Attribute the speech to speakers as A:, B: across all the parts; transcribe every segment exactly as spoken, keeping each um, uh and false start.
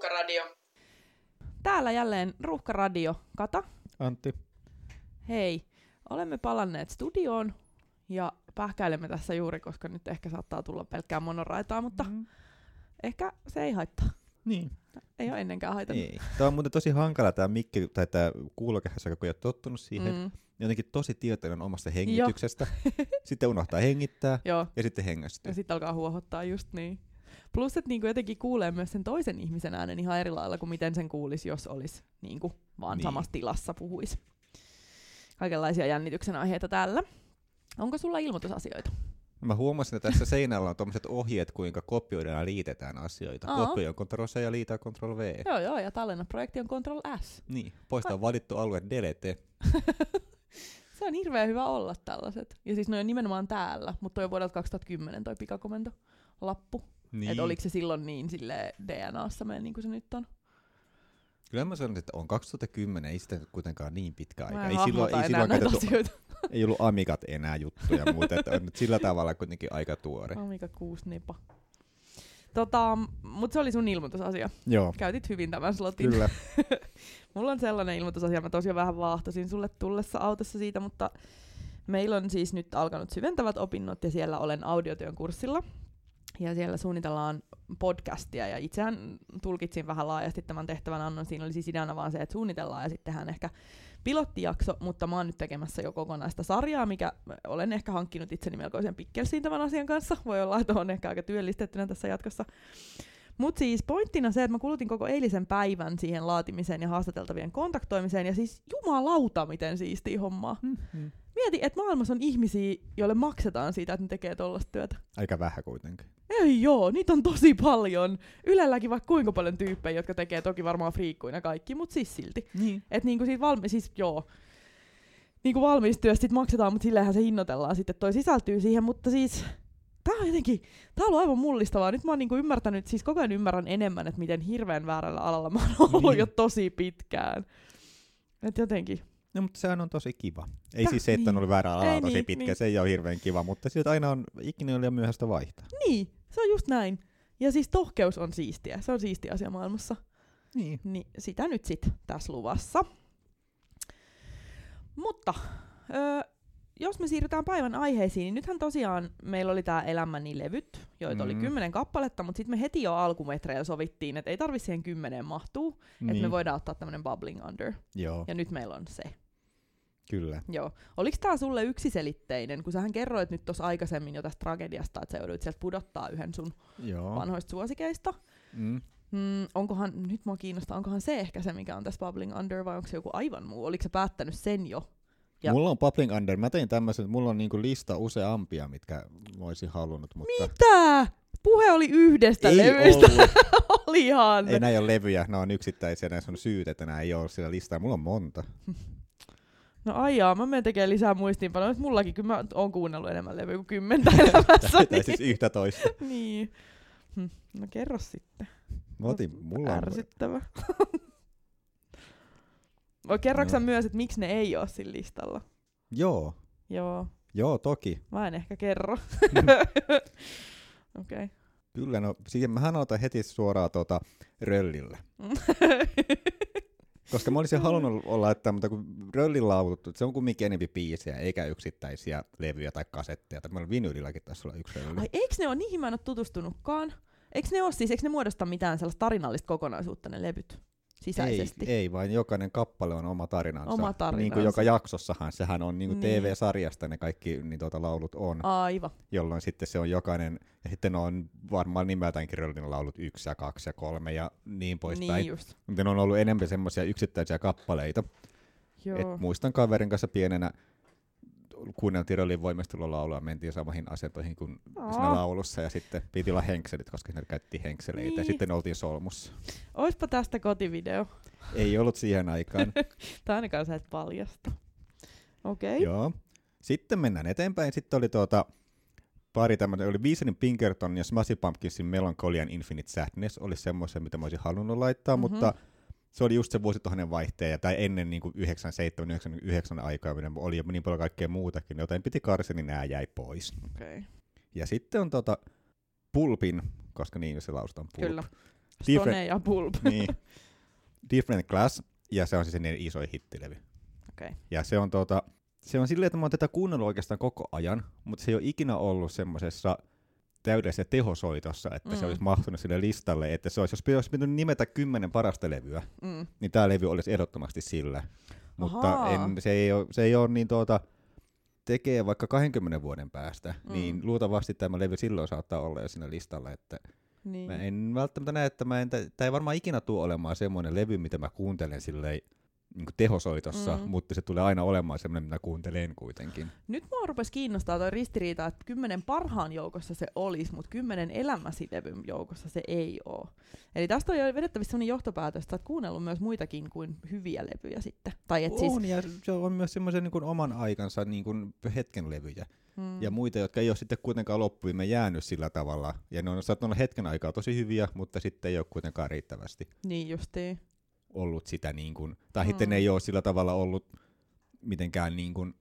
A: Ruuhkaradio.
B: Täällä jälleen Ruuhkaradio. Kata.
C: Antti.
B: Hei, olemme palanneet studioon ja pähkäilemme tässä juuri, koska nyt ehkä saattaa tulla pelkkää monoraitaa, mutta mm. ehkä se ei haittaa.
C: Niin.
B: Ei ole ennenkään haitannut.
C: Ei. Tämä on muuten tosi hankala tämä mikki tai tämä kuulokehässä, kun ei ole tottunut siihen. Mm. Jotenkin tosi tietoinen omasta hengityksestä. Sitten unohtaa hengittää
B: Joo.
C: ja sitten hengästyy.
B: Ja sitten alkaa huohottaa just niin. Plus, että niinku jotenkin kuulee myös sen toisen ihmisen äänen ihan eri lailla kuin miten sen kuulisi, jos olisi niinku vaan niin. samassa tilassa puhuisi. Kaikenlaisia jännityksen aiheita täällä. Onko sulla ilmoitusasioita?
C: Mä huomasin, että tässä seinällä on tommoset ohjeet, kuinka kopioidaan ja liitetään asioita.
B: Aa.
C: Kopio on Ctrl C ja liitä on Ctrl V.
B: Joo, joo, ja tallennaprojekti on Ctrl S.
C: Niin, poistaa
B: Ka-
C: valittu alue delete.
B: Se on hirveän hyvä olla tällaiset. Ja siis ne on nimenomaan täällä, mutta toi on vuodelta kaksituhattakymmenen toi pikakomento lappu.
C: Niin.
B: Että oliko se silloin niin sille D N A:ssa meidän niin kuin se nyt on?
C: Kyllä mä sanon, että on kaksituhattakymmenen, ei sitä kuitenkaan niin pitkä aika.
B: Mä en
C: Ei silloin, ei silloin
B: näitä
C: katsottu,
B: asioita.
C: ei ollut Amigat enää juttuja ja muuta, että on nyt sillä tavalla kuitenkin aika tuore.
B: Amiga kuusi nepa. Tota, mut se oli sun ilmoitusasia.
C: Joo.
B: Käytit hyvin tämän slotin.
C: Kyllä.
B: Mulla on sellainen ilmoitusasia, mä tosiaan vähän vaahtosin sulle tullessa autossa siitä, mutta meillä on siis nyt alkanut syventävät opinnot ja siellä olen audiotyön kurssilla. Ja siellä suunnitellaan podcastia ja itsehän tulkitsin vähän laajasti tämän tehtävän annon. Siinä oli siis ideana vaan se, että suunnitellaan ja sitten tehdään ehkä pilottijakso, mutta mä oon nyt tekemässä jo kokonaista sarjaa, mikä olen ehkä hankkinut itseni melkoisen pikkelsiin tämän asian kanssa. Voi olla, että on ehkä aika työllistettynä tässä jatkossa. Mutta siis pointtina se, että mä kulutin koko eilisen päivän siihen laatimiseen ja haastateltavien kontaktoimiseen, ja siis jumalauta, miten siistiä hommaa. Mm-hmm. Mieti, että maailmassa on ihmisiä, joille maksetaan siitä, että ne tekee tollaista työtä.
C: Aika vähän kuitenkin.
B: Ei joo, niitä on tosi paljon. Ylelläkin vaikka kuinka paljon tyyppejä, jotka tekee toki varmaan friikkuina kaikki, mutta siis silti.
C: Niin.
B: Että niinku siitä valmi- siis joo, niinku valmistyöstä sit maksetaan, mutta silleenhän se hinnoitellaan sitten, toi sisältyy siihen, mutta siis tää on jotenkin, tää on ollut aivan mullistavaa. Nyt mä oon niinku ymmärtänyt, siis koko ajan ymmärrän enemmän, että miten hirveän väärällä alalla mä oon ollut
C: niin.
B: jo tosi pitkään. Et jotenkin.
C: No, mutta sehän on tosi kiva. Ei
B: Täh,
C: siis se, että
B: niin.
C: on ollut väärä ala
B: Ei
C: tosi
B: niin,
C: pitkä,
B: niin.
C: se ei ole hirveän kiva, mutta siltä aina on ikinä liian myöhäistä vaihtaa.
B: Niin, se on just näin. Ja siis tohkeus on siistiä. Se on siisti asia maailmassa.
C: Niin.
B: Niin sitä nyt sit tässä luvassa. Mutta öö, jos me siirrytään päivän aiheisiin, niin nythän tosiaan meillä oli tää Elämäni levyt, joita mm. oli kymmenen kappaletta, mutta sitten me heti jo alkumetreillä sovittiin, että ei tarvitse siihen kymmeneen mahtua, niin. että me voidaan ottaa tämmönen Bubbling Under.
C: Joo.
B: Ja nyt meillä on se.
C: Kyllä.
B: Joo. Oliko tää sulle yksiselitteinen, kun sähän kerroit nyt tuossa aikaisemmin jo tästä tragediasta, että sä joudut sieltä pudottaa yhden sun
C: Joo.
B: vanhoista suosikeista.
C: Mm.
B: Mm, onkohan, nyt mua kiinnostaa, onkohan se ehkä se, mikä on tässä Bubbling Under, vai onko se joku aivan muu? Oliko sä päättänyt sen jo? Ja
C: Mulla on Bubbling Under. Mä tein tämmöisen, että mulla on niinku lista useampia, mitkä mä olisin halunnut. Mutta
B: mitä? Puhe oli yhdestä
C: ei
B: levystä.
C: ollut.
B: Olihan.
C: Ei näin ole levyjä, ne on yksittäisiä, näissä on syyt, että nämä ei ole sillä listaa. Mulla on monta.
B: No aijaa, mä menen tekemään lisää muistiinpanoja. Mullakin, kyllä mä oon kuunnellut enemmän levyä kuin kymmentä elämässä.
C: Tai siis yhtä toista.
B: Niin. Hm. No kerro sitten.
C: Mä otin, mulla on...
B: Ärsyttävä. Kerroksä
C: No.
B: myös, että miksi ne ei ole siinä listalla?
C: Joo.
B: Joo.
C: Joo, toki.
B: Mä en ehkä kerro. Okei. Okay.
C: Kyllä, no siihen mähän aloitan heti suoraan tuota röllillä. Koska mä olisin halunnut olla, että mutta kun röllin lauluttu, se on kumminkin enempi biisejä, eikä yksittäisiä levyjä tai kasetteja. Tai meillä vinyylilläkin taisi olla yksi rölli.
B: Ai eiks ne ole, niihin mä en ole tutustunutkaan. Eiks ne ole siis, eiks ne muodosta mitään sellaista tarinallista kokonaisuutta ne levyt sisäisesti?
C: Ei, ei, vaan jokainen kappale on oma tarinansa.
B: Oma tarinansa.
C: Niin kuin joka jaksossahan, sehän on niin kuin
B: Niin.
C: T V-sarjasta ne kaikki niin tuota laulut on.
B: Aivan.
C: Jolloin sitten se on jokainen, ja sitten on varmaan nimeltäänkin röllin laulut yksi ja kaksi ja kolme ja niin poispäin.
B: Niin just.
C: Mutta ne on ollut enemmän semmoisia yksittäisiä kappaleita.
B: Joo.
C: Et muistan kaverin kanssa pienenä, kuunneltiin röllin voimistelulaulua ja mentiin samoihin asentoihin kuin
B: Aa.
C: siinä laulussa, ja sitten piti olla henkselit, koska siinä käytettiin henkseleitä,
B: Niin.
C: ja sitten oltiin solmussa.
B: Oispa tästä kotivideo.
C: Ei ollut siihen aikaan.
B: Tai ainakaan sä et paljasta. Okei. Okay.
C: Joo. Sitten mennään eteenpäin. Sitten oli tuota, pari tämmöinen, oli Weezerin Pinkerton ja Smashing Pumpkinsin Melancholy and Infinite Sadness, oli semmoisia, mitä mä olisin halunnut laittaa, mm-hmm. mutta se oli just se vuosituhannen vaihteen, ja tai ennen niin kuin yhdeksänkymmentäseitsemän yhdeksänkymmentäyhdeksän aikaa, minne oli jo niin paljon kaikkea muutakin, joten piti karsia, niin nämä jäi pois.
B: Okay.
C: Ja sitten on tota Pulpin, koska niin se lausutaan Pulp.
B: Kyllä. Stone ja Pulp.
C: Niin. Different Class, ja se on siis niiden isoin hittilevy.
B: Okay.
C: Ja se on, tuota, se on silleen, että mä oon tätä kuunnellut oikeastaan koko ajan, mutta se ei ole ikinä ollut semmoisessa täydellisessä tehosoitossa, että mm. se olisi mahtunut sille listalle, että se olisi, jos olisi pitänyt nimetä kymmenen parasta levyä, mm. niin tämä levy olisi ehdottomasti sillä. Mutta en, se, ei ole, se ei ole niin tuota, tekee vaikka kaksikymmentä vuoden päästä, mm. niin luultavasti tämä levy silloin saattaa olla jo siinä listalla, että niin. Mä en välttämättä näe, että mä en, tämä ei varmaan ikinä tule olemaan semmoinen levy, mitä mä kuuntelen silleen niin kuin tehosoitossa, mm. mutta se tulee aina olemaan semmoinen, mitä kuuntelen kuitenkin.
B: Nyt mua rupesi kiinnostaa toi ristiriita, että kymmenen parhaan joukossa se olisi, mutta kymmenen elämäsi levyn joukossa se ei ole. Eli tästä on jo vedettävissä sellainen johtopäätös, että olet kuunnellut myös muitakin kuin hyviä levyjä sitten. Tai et
C: on,
B: siis...
C: ja se on myös semmoisen niin kuin oman aikansa niin kuin hetken levyjä. Mm. Ja muita, jotka ei ole sitten kuitenkaan loppuviime jäänyt sillä tavalla. Ja ne on saattanut olla hetken aikaa tosi hyviä, mutta sitten ei ole kuitenkaan riittävästi.
B: Niin justiin.
C: Ollut sitä niin kuin, tai mm. sitten ei ole sillä tavalla ollut mitenkään niin kuin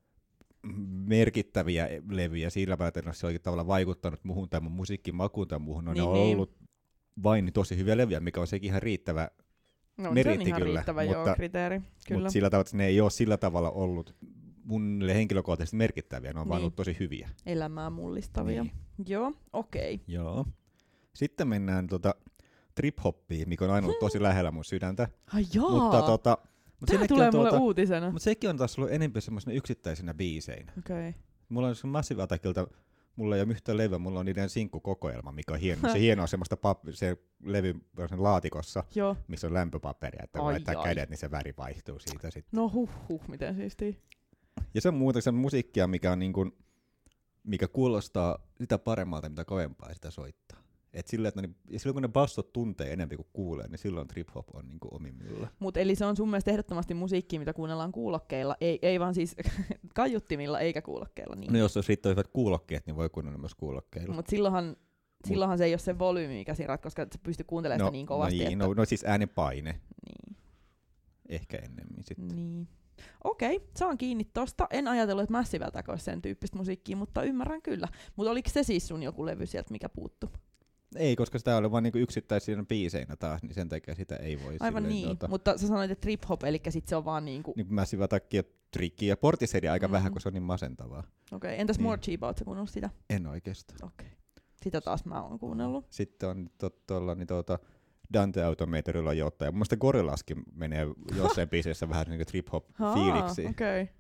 C: merkittäviä levyjä sillä tavalla, että se on tavallaan vaikuttanut muuhun tai mun musiikkimakuun tai muuhun. No, niin, ne on niin. ollut vain tosi hyviä levyjä, mikä on sekin ihan riittävä
B: no,
C: meritti
B: se on
C: kyllä.
B: Riittävä,
C: mutta,
B: joo, kriteeri. Kyllä.
C: Mutta sillä tavalla, että ne ei ole sillä tavalla ollut mulle henkilökohtaisesti merkittäviä, ne on niin. vaan ollut tosi hyviä.
B: Elämää mullistavia. Niin. Joo, okei. Okay.
C: Joo. Sitten mennään tota trip-hoppiin, mikä on aina ollut tosi lähellä mun sydäntä.
B: Ai jaa.
C: Mutta tota, mut
B: tää tulee mulle
C: tuota,
B: uutisena.
C: Mutta sekin on taas ollut enemmän semmoisena yksittäisenä biiseinä.
B: Okay.
C: Mulla on Massive Attackilta, mulla ei ole yhtään levyä, mulla on niiden sinkkukokoelma, mikä on hieno. Se hieno on semmoista pap- se levy on sen laatikossa, Joo. missä on lämpöpaperia, että voi laittaa kädet, niin se väri vaihtuu siitä sitten.
B: No huh huh, miten siistiä.
C: Ja se on muuten se musiikkia, mikä, on niin kuin, mikä kuulostaa sitä paremmalta, mitä kovempaa sitä soittaa. Et sillä, että ne, ja silloin kun ne bassot tuntee enemmän kuin kuulee, niin silloin trip-hop on niin kuin omimmillaan.
B: Mut eli se on sun mielestä ehdottomasti musiikkia, mitä kuunnellaan kuulokkeilla, ei, ei vaan siis kaiuttimilla eikä kuulokkeilla. Niin.
C: No jos olisi riittävät hyvät kuulokkeet, niin voi kuunnella myös kuulokkeilla.
B: Mutta silloinhan, Mut. silloinhan se ei ole se volyymi, mikä siinä rat, koska sä pystyt kuuntelemaan
C: no,
B: sitä niin kovasti.
C: No, niin,
B: että...
C: no, no siis äänipaine.
B: Niin.
C: Ehkä ennemmin sitten.
B: Niin. Okei, saan kiinni tosta. En ajatellut, että Massive Attack olisi sen tyyppistä musiikkia, mutta ymmärrän kyllä. Mutta oliko se siis sun joku levy sieltä, mikä puuttu?
C: Ei, koska sitä oli vain niinku yksittäisinä biiseinä taas, niin sen takia sitä ei voi.
B: Aivan
C: silleen,
B: niin,
C: tuota...
B: mutta sä sanoit, että trip-hop, eli sit se on vaan niinku...
C: Niin Massive Attack ja Tricky ja Portishead aika mm-hmm. vähän, kun se on niin masentavaa.
B: Okei, okay. Entäs
C: niin.
B: More Cheap, ootko sä kuunnellut sitä?
C: En oikeastaan.
B: Okei. Okay. Sitä taas mä oon kuunnellut.
C: Sitten on tuolla niin tuota Dante Automatorilla jotain. Mun mielestä Gorillaskin menee jossain biisissä vähän niin kuin trip-hop fiiliksi.
B: Okei. Okay.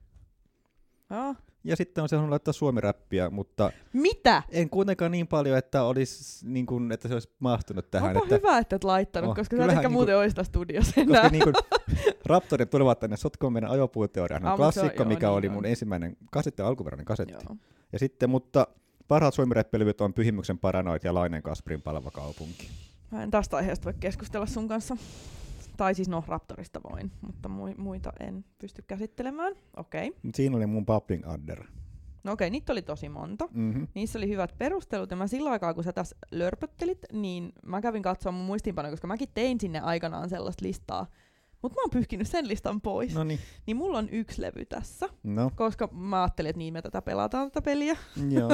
B: Ah.
C: Ja sitten on se halunnut laittaa suomi-räppiä, mutta
B: mitä?
C: En kuitenkaan niin paljon, että, olisi, niin kuin, että se olisi mahtunut tähän.
B: Onpa
C: että,
B: hyvä, että et laittanut, oh, koska sä et ehkä
C: niin
B: muuten olisi tässä studiossa enää.
C: Koska niin kuin, Raptorit tulevat tänne sotkoon meidän ajopuuteoriaan. On klassikko, on, mikä joo, oli niin mun on. ensimmäinen kasetti, alkuperäinen kasetti. Joo. Ja sitten, mutta parhaat suomi-räppilevyt on Pyhimyksen Paranoid ja Lainen Kasperin Palava kaupunki.
B: Mä en tästä aiheesta voi keskustella sun kanssa. Tai siis no, Raptorista voin, mutta muita en pysty käsittelemään. Okei. Okay.
C: Siinä oli mun Popping Adder.
B: No okei, okay, niitä oli tosi monta.
C: Mm-hmm.
B: Niissä oli hyvät perustelut, ja mä sillä aikaa, kun sä tässä lörpöttelit, niin mä kävin katsoa mun muistiinpanoja, koska mäkin tein sinne aikanaan sellaista listaa. Mutta mä oon pyyhkinyt sen listan pois.
C: Noniin.
B: Niin mulla on yksi levy tässä,
C: no.
B: koska mä ajattelin, että niin me tätä pelataan tätä peliä.
C: Joo.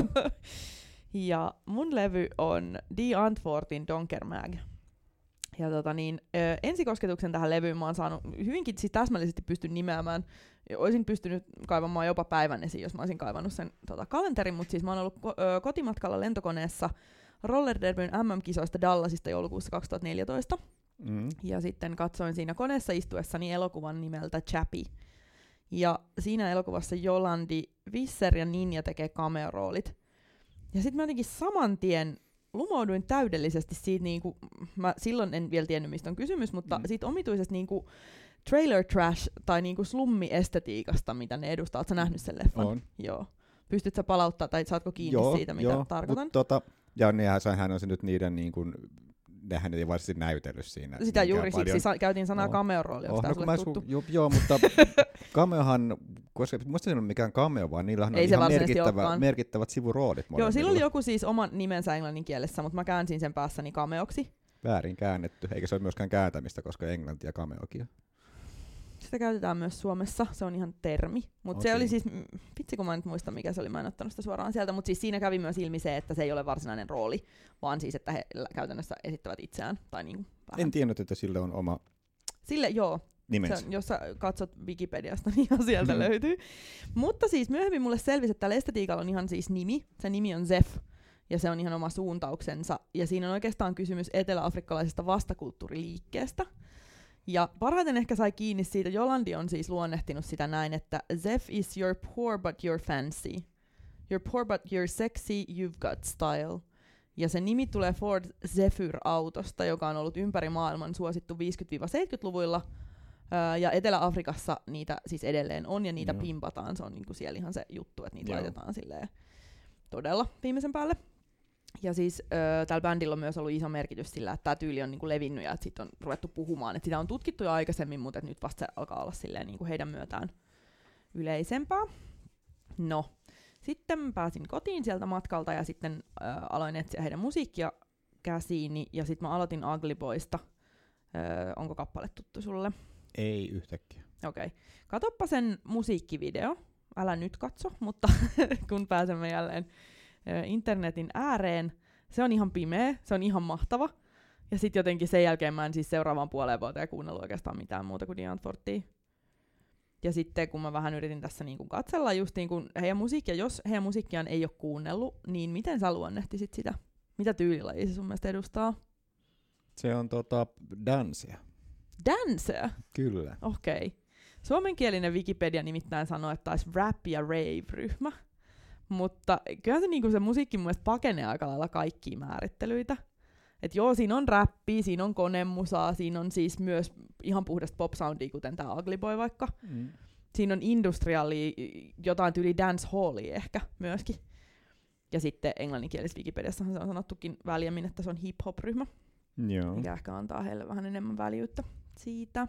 B: Ja mun levy on Die Antwortin Donker Mag. Ja tota niin, ö, ensikosketuksen tähän levyyn mä oon saanut hyvinkin siis täsmällisesti pystyn nimeämään. Oisin pystynyt kaivamaan jopa päivän esiin, jos mä olisin kaivannut sen tota, kalenterin, mutta siis mä oon ollut ko- ö, kotimatkalla lentokoneessa Roller Derbyn M M-kisoista Dallasista joulukuussa kaksituhattaneljätoista. Mm. Ja sitten katsoin siinä koneessa istuessani elokuvan nimeltä Chappie. Ja siinä elokuvassa Jolandi Visser ja Ninja tekee cameo-roolit. Ja sitten mä jotenkin saman tien lumouduin täydellisesti siitä, niinku, mä silloin en vielä tiennyt, mistä on kysymys, mutta mm. siitä omituisesta niinku, trailer trash tai niinku slummi-estetiikasta, mitä ne edustaa. Ootko sä nähnyt sen leffan?
C: On.
B: Joo. Pystyt sä palauttaa, tai saatko kiinni
C: joo,
B: siitä, mitä
C: joo,
B: tarkoitan?
C: Mut, tota, ja nehän, hän on se nyt niiden, niin kuin, nehän ei varsinaisesti näytellyt siinä.
B: Sitä juuri
C: paljon.
B: siksi sa- käytiin sanaa
C: no.
B: cameo-rooli, onko
C: oh,
B: tää
C: no,
B: sulle tuttu?
C: Su- jo, joo, mutta cameohan, koska musta se ei ole mikään cameo, vaan niillähän on
B: ei
C: ihan merkittävä, merkittävät sivuroolit.
B: Joo, sillä oli joku siis oman nimensä englannin kielessä, mutta mä käänsin sen päässäni cameoksi.
C: Väärin käännetty, eikä se ole myöskään kääntämistä, koska englanti ja cameokin.
B: sitä käytetään myös Suomessa, se on ihan termi. Mutta okay. Se oli siis, vitsi kun mä nyt muistan mikä se oli, mä en ottanut sitä suoraan sieltä, mutta siis siinä kävi myös ilmi se, että se ei ole varsinainen rooli, vaan siis, että he käytännössä esittävät itseään. Tai niinku
C: en tiennyt, että sille on oma
B: Sille, joo.
C: nimensä.
B: Se, jos sä katsot Wikipediasta, niin ihan sieltä löytyy. Mutta siis myöhemmin mulle selvisi, että tällä estetiikalla on ihan siis nimi. Se nimi on Zef. Ja se on ihan oma suuntauksensa. Ja siinä on oikeastaan kysymys eteläafrikkalaisesta vastakulttuuriliikkeestä. Ja parhaiten ehkä sai kiinni siitä, Jolandi on siis luonnehtinut sitä näin, että Zef is your poor but you're fancy. You're poor but you're sexy, you've got style. Ja se nimi tulee Ford Zephyr-autosta, joka on ollut ympäri maailman suosittu viisikymmentä-seitsemänkymmentäluvuilla. Öö, ja Etelä-Afrikassa niitä siis edelleen on, ja niitä no. pimpataan. Se on niinku siellä ihan se juttu, että niitä Joo. laitetaan silleen todella viimeisen päälle. Ja siis öö, tällä bändillä on myös ollut iso merkitys sillä, että tämä tyyli on niinku levinnyt ja että siitä on ruvettu puhumaan. Et sitä on tutkittu jo aikaisemmin, mutta nyt vasta se alkaa olla silleen niinku heidän myötään yleisempää. No, sitten pääsin kotiin sieltä matkalta ja sitten öö, aloin etsiä heidän musiikkia käsiini. Ja sitten mä aloitin Ugly Boysta. Öö, onko kappale tuttu sulle?
C: Ei yhtäkkiä.
B: Okei. Okay. Katoppa sen musiikkivideo. Älä nyt katso, mutta kun pääsemme jälleen internetin ääreen. Se on ihan pimeä, se on ihan mahtava. Ja sitten jotenkin sen jälkeen mä en siis seuraavaan puoleen vuoteen kuunnellut oikeastaan mitään muuta kuin Dian Fortia. Ja sitten kun mä vähän yritin tässä niin kun katsella just niin kun heidän musiikkia, jos heidän musiikkiaan ei ole kuunnellut, niin miten sä luonnehtisit sitä? Mitä tyylilajia se sun mielestä edustaa?
C: Se on tota dancea.
B: Dancea?
C: Kyllä.
B: Okei. Okay. Suomenkielinen Wikipedia nimittäin sanoo, että olisi rap- ja rave-ryhmä. Mutta kyllä se, niinku se musiikki mun mielestä pakenee aika lailla kaikkia määrittelyitä. Et joo, siinä on räppiä, siinä on konemusaa, siinä on siis myös ihan puhdasta pop-soundia, kuten tää Ugly Boy vaikka. Mm. Siinä on industrialia, jotain tyyli dancehallia ehkä myöskin. Ja sitten englanninkielisessä Wikipediassahan se on sanottukin väljemmin, että se on hip-hop-ryhmä.
C: Joo.
B: Mikä ehkä antaa heille vähän enemmän väljyyttä siitä.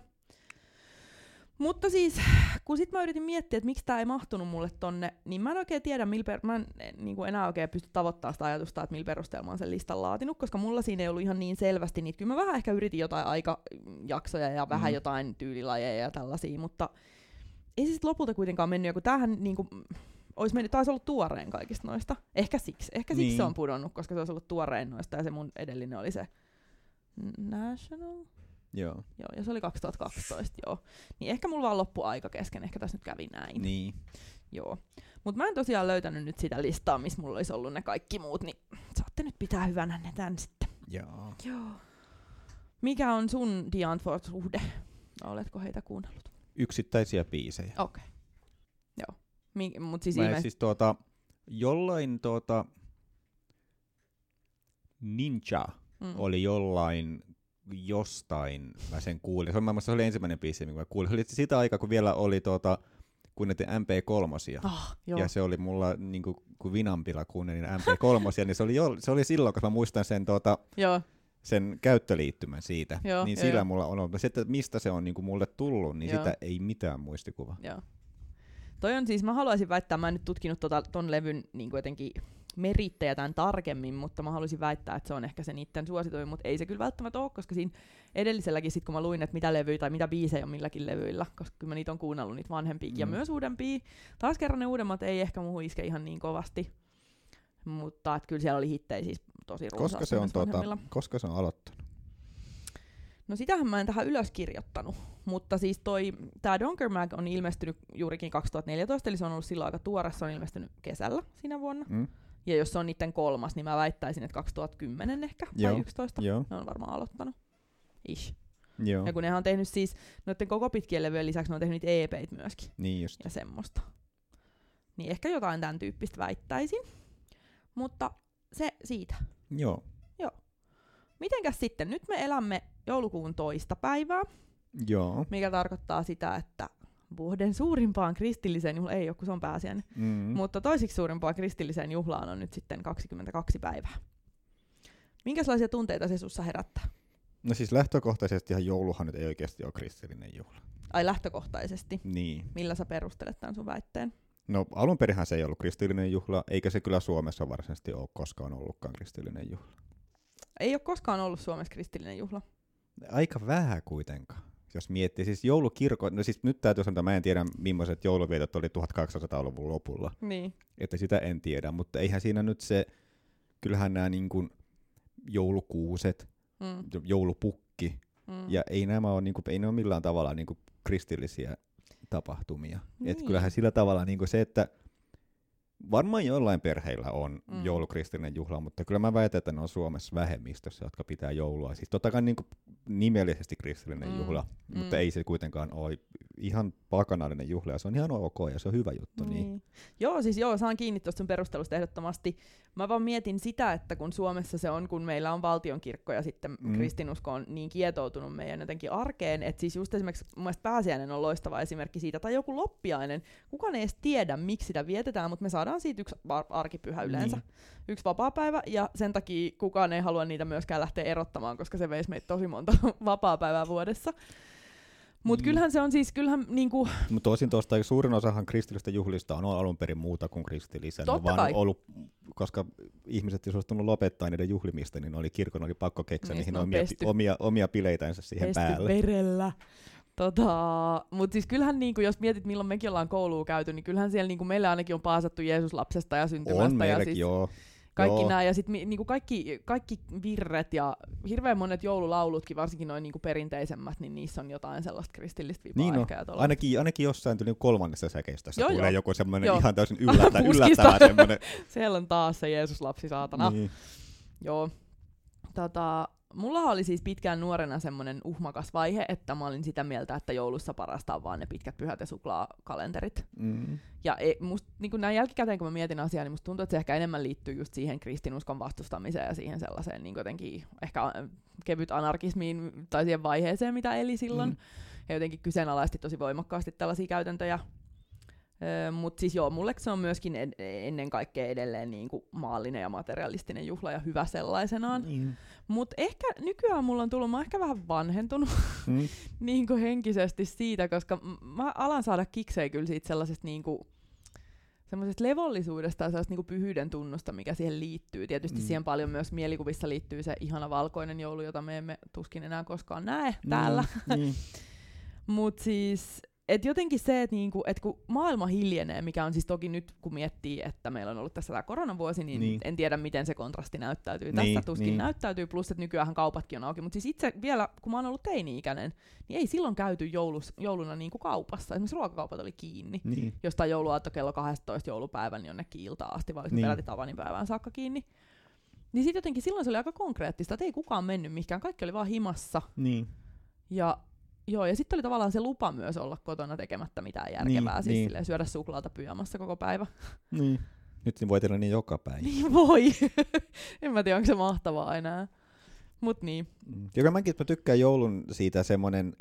B: Mutta siis, kun sit mä yritin miettiä, että miksi tää ei mahtunut mulle tonne, niin mä en oikein tiedä, millä per- mä en niin kuin enää oikein pysty tavoittamaan sitä ajatusta, että millä perusteella mä oon sen listan laatinut, koska mulla siinä ei ollut ihan niin selvästi niitä. Kyllä mä vähän ehkä yritin jotain aikajaksoja ja vähän mm. jotain tyylilajeja ja tällaisia, mutta ei se sit lopulta kuitenkaan mennyt, ja kun tämähän niin kuin, olisi mennyt, taisi ollut tuoreen kaikista noista. Ehkä siksi. Ehkä siksi niin. Se on pudonnut, koska se olisi ollut tuoreen noista, ja se mun edellinen oli se National.
C: Joo.
B: Joo, ja se oli kaksituhattakaksitoista, joo. Niin ehkä mulla vaan loppui aika kesken, ehkä tässä nyt kävi näin.
C: Niin.
B: Joo. Mut mä en tosiaan löytänyt nyt sitä listaa, missä mulla olisi ollut ne kaikki muut, niin saatte nyt pitää hyvänä ne tän sitten.
C: Joo.
B: Joo. Mikä on sun Dian Fort-suhde? Oletko heitä kuunnellut?
C: Yksittäisiä biisejä.
B: Okei. Okay. Joo. Mi- mut siis,
C: mä
B: ilme-
C: siis tuota, jollain tuota Ninja mm. oli jollain jostain, mä sen kuulin. Se oli, se oli ensimmäinen biisi, minkä mä kuulin. Se oli sitä aikaa, kun vielä oli tuota, kuunneltiin M P kolme.
B: Oh,
C: ja se oli mulla, niin kuin, kun Vinampilla kuunnelin M P kolme, niin se oli, jo, se oli silloin, koska mä muistan sen, tuota, sen käyttöliittymän siitä.
B: Joo,
C: niin
B: jo,
C: sillä
B: jo.
C: mulla on ollut. Sitten, mistä se on niin kuin mulle tullut, niin
B: Joo.
C: sitä ei mitään muistikuvaa.
B: Joo. Toi on siis, mä haluaisin väittää, mä en nyt tutkinut tota, ton levyn niin kuin jotenkin merittejä tämän tarkemmin, mutta mä haluaisin väittää, että se on ehkä se niiden suosituin, mutta ei se kyllä välttämättä ole, koska siinä edelliselläkin sit kun mä luin, että mitä levyjä tai mitä biisejä on milläkin levyillä, koska kyllä mä niitä on kuunnellut niitä vanhempia mm. ja myös uudempia. Taas kerran ne uudemmat ei ehkä muuhun iske ihan niin kovasti, mutta että kyllä siellä oli hittejä siis tosi runsaasti.
C: Koska se on, tuota, koska se on aloittanut?
B: No sitähän mä en tähän ylös kirjoittanut, mutta siis toi, tää Donker Mag on ilmestynyt juurikin kaksituhattaneljätoista, eli se on ollut silloin aika tuore, se on ilmestynyt kesällä siinä vuonna. Mm. Ja jos se on niiden kolmas, niin mä väittäisin, että kaksituhattakymmenen ehkä,
C: Joo.
B: tai yksitoista,
C: Joo.
B: ne on varmaan aloittanut. Ish.
C: Joo.
B: Ja kun ne on tehnyt siis, noiden koko pitkien levyjen lisäksi ne on tehnyt niitä E P:itä myöskin.
C: Niin just.
B: Ja semmoista. Niin ehkä jotain tämän tyyppistä väittäisin. Mutta se siitä.
C: Joo.
B: Joo. Mitenkäs sitten? Nyt me elämme joulukuun toista päivää.
C: Joo.
B: Mikä tarkoittaa sitä, että vuoden suurimpaan kristilliseen juhlaan, ei ole kun se on pääsiäinen, mm-hmm. mutta toisiksi suurimpaan kristilliseen juhlaan on nyt sitten kaksikymmentäkaksi päivää. Minkälaisia tunteita se sussa herättää?
C: No siis lähtökohtaisesti ihan jouluhan nyt ei oikeasti ole kristillinen juhla.
B: Ai lähtökohtaisesti?
C: Niin.
B: Millä sä perustelet tämän sun väitteen?
C: No alun perinhän se ei ollut kristillinen juhla, eikä se kyllä Suomessa varsinaisesti ole koskaan ollutkaan kristillinen juhla.
B: Ei ole koskaan ollut Suomessa kristillinen juhla?
C: Aika vähän kuitenkaan. jos miettii, siis joulukirko, no siis nyt täytyy sanoa, että mä en tiedä, millaiset jouluvietot oli tuhatkahdeksansataaluvun lopulla.
B: Niin.
C: Että sitä en tiedä, mutta eihän siinä nyt se, kyllähän nämä niin kuin joulukuuset, mm. joulupukki, mm. ja ei nämä ole, niin kuin, ei ne ole millään tavalla niin kuin kristillisiä tapahtumia. Niin. Että kyllähän sillä tavalla niin kuin se, että varmaan jollain perheillä on mm. joulukristillinen juhla, mutta kyllä mä väitän, että ne on Suomessa vähemmistössä, jotka pitää joulua. Siis totta kai niin kuin nimellisesti kristillinen mm. juhla, mm. mutta ei se kuitenkaan ole ihan pakanallinen juhla, ja se on ihan ok, ja se on hyvä juttu. Niin. Niin.
B: Joo, siis joo, saan kiinni tuosta sun perustelusta ehdottomasti. Mä vaan mietin sitä, että kun Suomessa se on, kun meillä on valtionkirkko, ja sitten mm. kristinusko on niin kietoutunut meidän jotenkin arkeen, että siis just esimerkiksi mun mielestä pääsiäinen on loistava esimerkki siitä, tai joku loppiainen, kukaan ei edes tiedä, miksi sitä vietetään, mutta me saadaan siitä yksi ar- arkipyhä yleensä, niin. yksi vapaapäivä, ja sen takia kukaan ei halua niitä myöskään lähteä erottamaan, koska se veisi meitä tosi monta vapaapäivää vuodessa. Mutta mm. kyllähän se on siis, kyllähän niinku...
C: Mutta tosin tuosta suurin osahan kristillistä juhlista on alun perin muuta kuin kristillisen.
B: Totta
C: vaan
B: kai.
C: Ollut, koska ihmiset ei suostunut lopettaa niiden juhlimista, niin oli, kirkon oli pakko keksiä niihin omia, omia, omia bileitänsä siihen
B: pesty
C: päälle.
B: verellä. Tota, mutta siis kyllähän niinku, jos mietit milloin mekin ollaan koulua käyty, niin kyllähän siellä niinku, meillä ainakin on paasattu Jeesus-lapsesta ja syntymästä.
C: On meilläkin,
B: ja siis
C: joo.
B: Kaikki nämä ja sitten niinku kaikki, kaikki virret ja hirveän monet joululaulutkin, varsinkin noin niinku perinteisemmät, niin niissä on jotain sellaista kristillistä vipaa
C: niin
B: ehkä.
C: No, ainakin, ainakin jossain tuli kolmannessa säkeistä tulee
B: joo.
C: joku semmoinen ihan täysin yllättä, yllättävä semmoinen.
B: Siellä on taas se Jeesus-lapsi, saatana. Niin. Joo. Tota, mulla oli siis pitkään nuorena semmoinen uhmakas vaihe, että mä olin sitä mieltä, että joulussa parasta on vaan ne pitkät pyhät ja suklaakalenterit. Mm. Ja e, musta, niin näin jälkikäteen, kun mä mietin asiaa, niin musta tuntuu, että se ehkä enemmän liittyy just siihen kristinuskon vastustamiseen ja siihen sellaiseen niin jotenkin ehkä kevyt anarkismiin tai siihen vaiheeseen, mitä eli silloin. Mm. Ja jotenkin kyseenalaisti tosi voimakkaasti tällaisia käytäntöjä. Öö, Mutta siis joo, mulle se on myöskin ed- ennen kaikkea edelleen niinku maallinen ja materialistinen juhla ja hyvä sellaisenaan. Mm. Mutta ehkä nykyään mulla on tullut, mä oon ehkä vähän vanhentunut mm. niinku henkisesti siitä, koska m- mä alan saada kiksejä kyllä siitä sellaisesta niinku, semmoisesta levollisuudesta ja sellaisesta niinku pyhyyden tunnusta, mikä siihen liittyy. Tietysti mm. siihen paljon myös mielikuvissa liittyy se ihana valkoinen joulu, jota me emme tuskin enää koskaan näe täällä. Mm. Mm. Mut siis... Et jotenkin se, että niinku, et kun maailma hiljenee, mikä on siis toki nyt, kun miettii, että meillä on ollut tässä tämä koronavuosi, niin, niin en tiedä, miten se kontrasti näyttäytyy. Niin, tässä tuskin niin. näyttäytyy, plus että nykyään kaupatkin on auki. Mutta siis itse vielä, kun mä oon ollut teini-ikäinen, niin ei silloin käyty joulus, jouluna niinku kaupassa. Esimerkiksi ruokakaupat oli kiinni. Niin. Jostain jouluaatto kello kaksitoista joulupäivän jonnekin iltaan asti, vai niin. peräti tavanipäivään saakka kiinni. Niin sitten jotenkin silloin se oli aika konkreettista, että ei kukaan mennyt mihinkään. Kaikki oli vaan himassa. Niin. Ja... Joo, ja sitten oli tavallaan se lupa myös olla kotona tekemättä mitään järkevää, niin, siis niin. Silleen, syödä suklaata pyjamassa koko päivä. Niin.
C: Nyt niin voi tehdä niin joka päivä.
B: Niin voi. En mä tiedä, onko se mahtavaa enää. Mut niin.
C: Mm. Joka mäkin, mä tykkään joulun siitä semmonen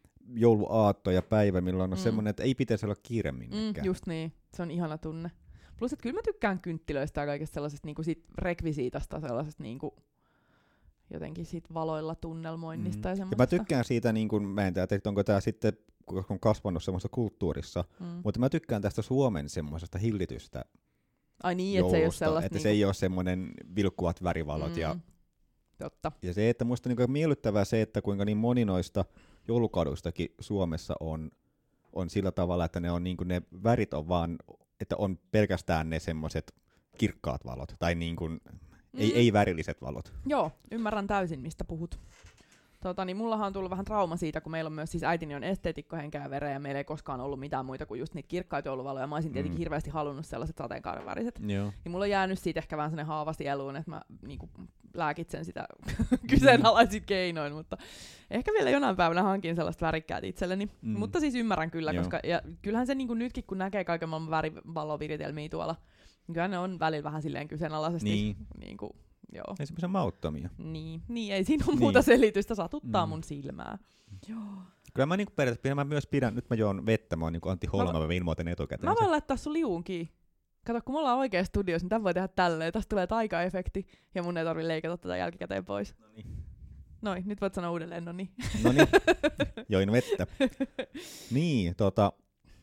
C: jouluaatto ja päivä, milloin on mm. semmonen, että ei pitäisi olla kiire minnekään.
B: Mm, just niin, se on ihana tunne. Plus, että kyllä mä tykkään kynttilöistä ja kaikesta sellaisesta niinku siitä rekvisiitasta, sellaisesta niinku... jotenkin siitä valoilla tunnelmoinnista mm. ja semmoista.
C: Ja mä tykkään siitä, niin kun, mä en tiedä, että onko tää sitten, kun on kasvanut semmoisessa kulttuurissa, mm. mutta mä tykkään tästä Suomen semmoisesta hillitystä
B: Ai niin, että se ei ole sellaista.
C: Että
B: niinku...
C: se ei ole semmoinen vilkkuvat värivalot. Mm. Ja,
B: Totta.
C: ja se, että musta niin miellyttävää se, että kuinka niin moni noista joulukaduistakin Suomessa on, on sillä tavalla, että ne, on, niin ne värit on vaan, että on pelkästään ne semmoiset kirkkaat valot, tai niin kuin, Mm. Ei, ei värilliset valot.
B: Joo, ymmärrän täysin, mistä puhut. Tota, niin mullahan on tullut vähän trauma siitä, kun meillä on myös siis äitini on esteetikko henkeä ja vereä, ja meillä ei koskaan ollut mitään muita kuin just niitä kirkkaita jouluvaloja. Mä olisin tietenkin mm. hirveästi halunnut sellaiset sateenkaaren väriset. Joo. Niin mulla on jäänyt siitä ehkä vähän sellainen haava sieluun, että mä niinku lääkitsen sitä kyseenalaisin keinoin, mutta ehkä vielä jonain päivänä hankin sellaista värikkäät itselleni. Mm. Mutta siis ymmärrän kyllä, Joo. koska ja kyllähän se niinku nytkin, kun näkee kaiken maailman värivaloviritelmiä tuolla, kyllä ne on välillä vähän silleen kyseenalaisesti. Niin. Niin kuin, joo.
C: Ei semmoisia mauttomia.
B: Niin, niin, ei siinä ole niin. muuta selitystä, satuttaa mm. mun silmää. Joo.
C: Kyllä mä niinku periaatteessa mä myös pidän, nyt mä joon vettä, mä oon niinku Antti Holma, mä, mä ilmoitan etukäteen.
B: Mä voin laittaa sun liuunkin. Kato, kun me ollaan oikeassa studiossa, niin tämän voi tehdä tälleen. Tästä tulee taikaefekti ja mun ei tarvitse leikata tätä jälkikäteen pois. Noniin. Noin, nyt voit sanoa uudelleen, noniin. Noniin,
C: join vettä. Niin, tota...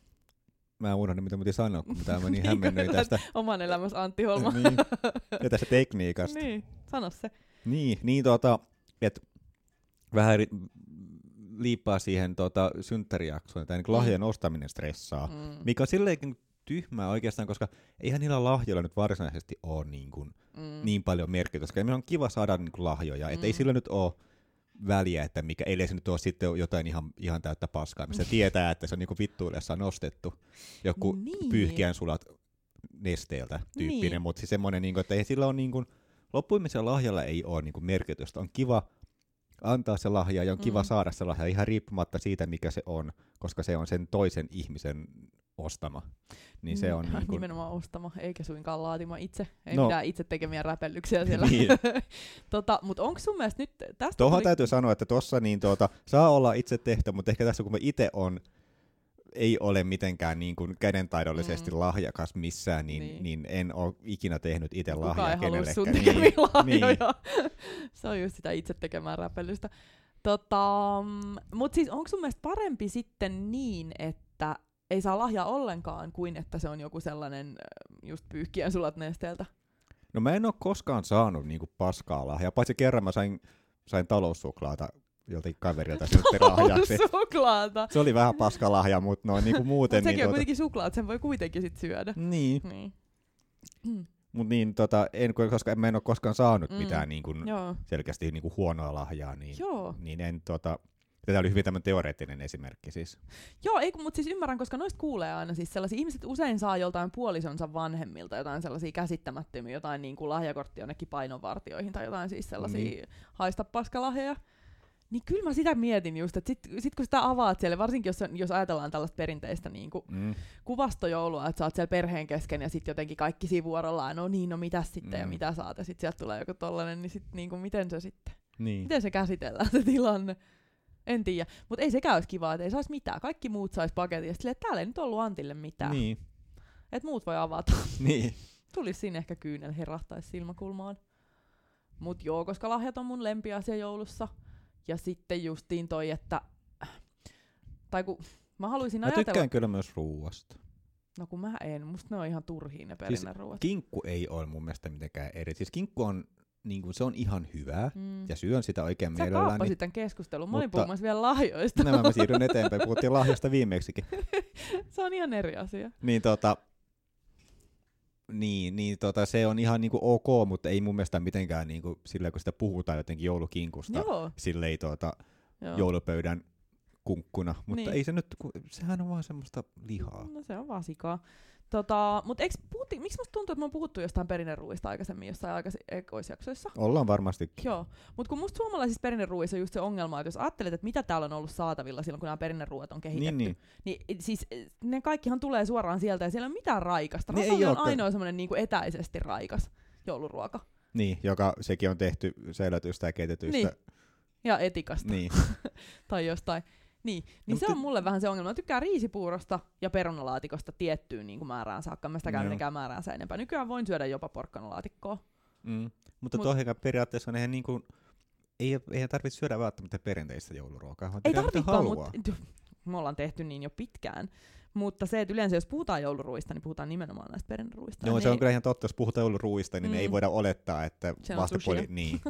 C: Mä unohdin, mitä piti sanoa, kun tää meni hämmennyin tästä.
B: Oman elämässä Antti Holma.
C: niin. Ja tästä tekniikasta.
B: Niin, sano se.
C: Niin, niin tota, että vähän liippaa siihen tota, synttärijaksoon, tai niin lahjojen mm. ostaminen stressaa, mm. mikä on silleenkin tyhmää oikeastaan, koska eihän niillä lahjoilla nyt varsinaisesti ole niin, kuin, mm. niin paljon merkitystä. Meillä on kiva saada niin kuin lahjoja, mm. että ei sillä nyt ole väliä, että mikä, ellei se nyt ole sitten jotain ihan, ihan täyttä paskaa, mistä tietää, että se on niin kuin vittuillessaan nostettu joku niin. pyyhkiän sulat nesteeltä tyyppinen, niin. mutta siis semmoinen, niin kuin, että ei sillä ole niin kuin, loppuimisen lahjalla ei ole niin kuin merkitystä. On kiva antaa se lahja ja on kiva mm. saada se lahja ihan riippumatta siitä, mikä se on, koska se on sen toisen ihmisen ostama. Niin se on niin kuin...
B: Nimenomaan ostama, eikä suinkaan laatima itse. Ei no. mitään itse tekemiä räpellyksiä siellä. Niin. tota, mutta onko sun mielestä nyt...
C: Tuohon
B: tuli...
C: täytyy sanoa, että tuossa niin tuota, saa olla itse tehty, mutta ehkä tässä kun mä itse on, ei ole mitenkään niin kuin kädentaidollisesti mm. lahjakas missään, niin, niin. niin en ole ikinä tehnyt itse lahjaa kenellekään.
B: Kukaan ei halua sun tekemiä lahjoja. Niin. Se on just sitä itse tekemää räpellystä. Tota, mutta siis onko sun mielestä parempi sitten niin, että ei saa lahjaa ollenkaan, kuin että se on joku sellainen just pyyhkiän sulat nesteeltä?
C: No mä en ole koskaan saanut niinku paskaa lahjaa, paitsi kerran mä sain, sain taloussuklaata joltain kaverilta synttärilahjaksi.
B: Suklaata.
C: Se oli vähän paskalahja, mutta no niinku muuten...
B: Sekin
C: niin,
B: on
C: tuota...
B: kuitenkin suklaat, sen voi kuitenkin sit syödä.
C: Niin.
B: niin.
C: Mut niin, tota, en, koska mä en ole koskaan saanut mm. mitään niin kuin,
B: Joo.
C: selkeästi niin kuin huonoa lahjaa, niin,
B: Joo.
C: niin en tota... Tämä oli hyvin tämmöinen teoreettinen esimerkki siis.
B: Joo, mutta siis ymmärrän, koska noista kuulee aina siis sellaisia, ihmiset usein saa joltain puolisonsa vanhemmilta jotain sellaisia käsittämättömiä, jotain niin kuin lahjakorttia jonnekin painonvartioihin tai jotain siis sellaisia niin. haista paskalahjoja. Niin kyllä mä sitä mietin just, että sit, sit kun sitä avaat siellä, varsinkin jos, jos ajatellaan tällaista perinteistä niin kuin mm. kuvastojoulua, että sä oot siellä perheen kesken ja sitten jotenkin kaikki sivuorollaan, no niin, no mitäs sitten mm. ja mitä saat, ja sitten sieltä tulee joku tollanen, niin sitten niin kuin, miten se sitten, niin. miten se käsitellään se tilanne? En tiedä, mutta ei sekään olisi kivaa, että ei saisi mitään. Kaikki muut sais paketin ja silleen, että täällä ei nyt ollut Antille mitään.
C: Niin.
B: Että muut voi avata.
C: Niin.
B: Tulisi siinä ehkä kyynel herahtaisi silmäkulmaan. Mut joo, koska lahjat on mun lempiasia joulussa. Ja sitten justiin toi, että... Tai kun mä haluaisin
C: mä
B: ajatella...
C: Mä tykkään kyllä myös ruuasta.
B: No kun mä en, musta ne on ihan turhiin ne perinneruuat.
C: Siis kinkku ei ole mun mielestä mitenkään eri. Siis kinkku on... Niin kuin se on ihan hyvää, mm. ja syön sitä oikein
B: Sä
C: mielelläni.
B: Sä kaappasit tämän keskustelun. Mä olin puhumassa vielä lahjoista.
C: Nämä mä siirryn eteenpäin. Puhuttiin lahjoista viimeksikin.
B: Se on ihan eri asia.
C: Niin, tota, niin, niin tota, se on ihan niinku ok, mutta ei mun mielestä mitenkään niinku, sillä kun sitä puhutaan jotenkin joulukinkusta, silleen tota, joulupöydän kunkkuna. Mutta niin. ei se nyt, sehän on vaan semmoista lihaa.
B: No se on vaan sikaa. Tota, mut eiks puhutti, miksi musta tuntuu, että me on puhuttu jostain perinneruuista aikaisemmin jossain aikaisjaksoissa?
C: Ollaan varmastikin.
B: Joo, mutta kun musta suomalaisissa perinneruuissa on just se ongelma, että jos ajattelet, että mitä täällä on ollut saatavilla silloin, kun nämä perinneruuat on kehitetty, niin, niin. niin siis ne kaikkihan tulee suoraan sieltä ja siellä ei ole mitään raikasta. Niin Rasalle on ainoa semmoinen niinku etäisesti raikas jouluruoka.
C: Niin, joka sekin on tehty säilytystä ja keitetystä.
B: Niin, ja etikasta.
C: Niin.
B: tai jostain. Niin, niin no, se on mulle vähän se ongelma. Mä tykkään riisipuurosta ja perunalaatikosta tiettyyn niin kuin määrään saakka. Mä sitäkään mitenkään määräänsä enempää. Nykyään voin syödä jopa porkkanalaatikkoa. Mm.
C: Mutta Mut, tohon periaatteessa on eihän, niin kuin, ei, eihän tarvitse syödä välttämättä perinteistä jouluruokaa.
B: Ei tarvitsekaan, mutta me ollaan tehty niin jo pitkään. Mutta se, että yleensä jos puhutaan jouluruista, niin puhutaan nimenomaan näistä perinneruista.
C: Joo, se on kyllä ihan totta. Jos puhutaan jouluruista, niin mm. ei voida olettaa, että vastapuoli... Niin.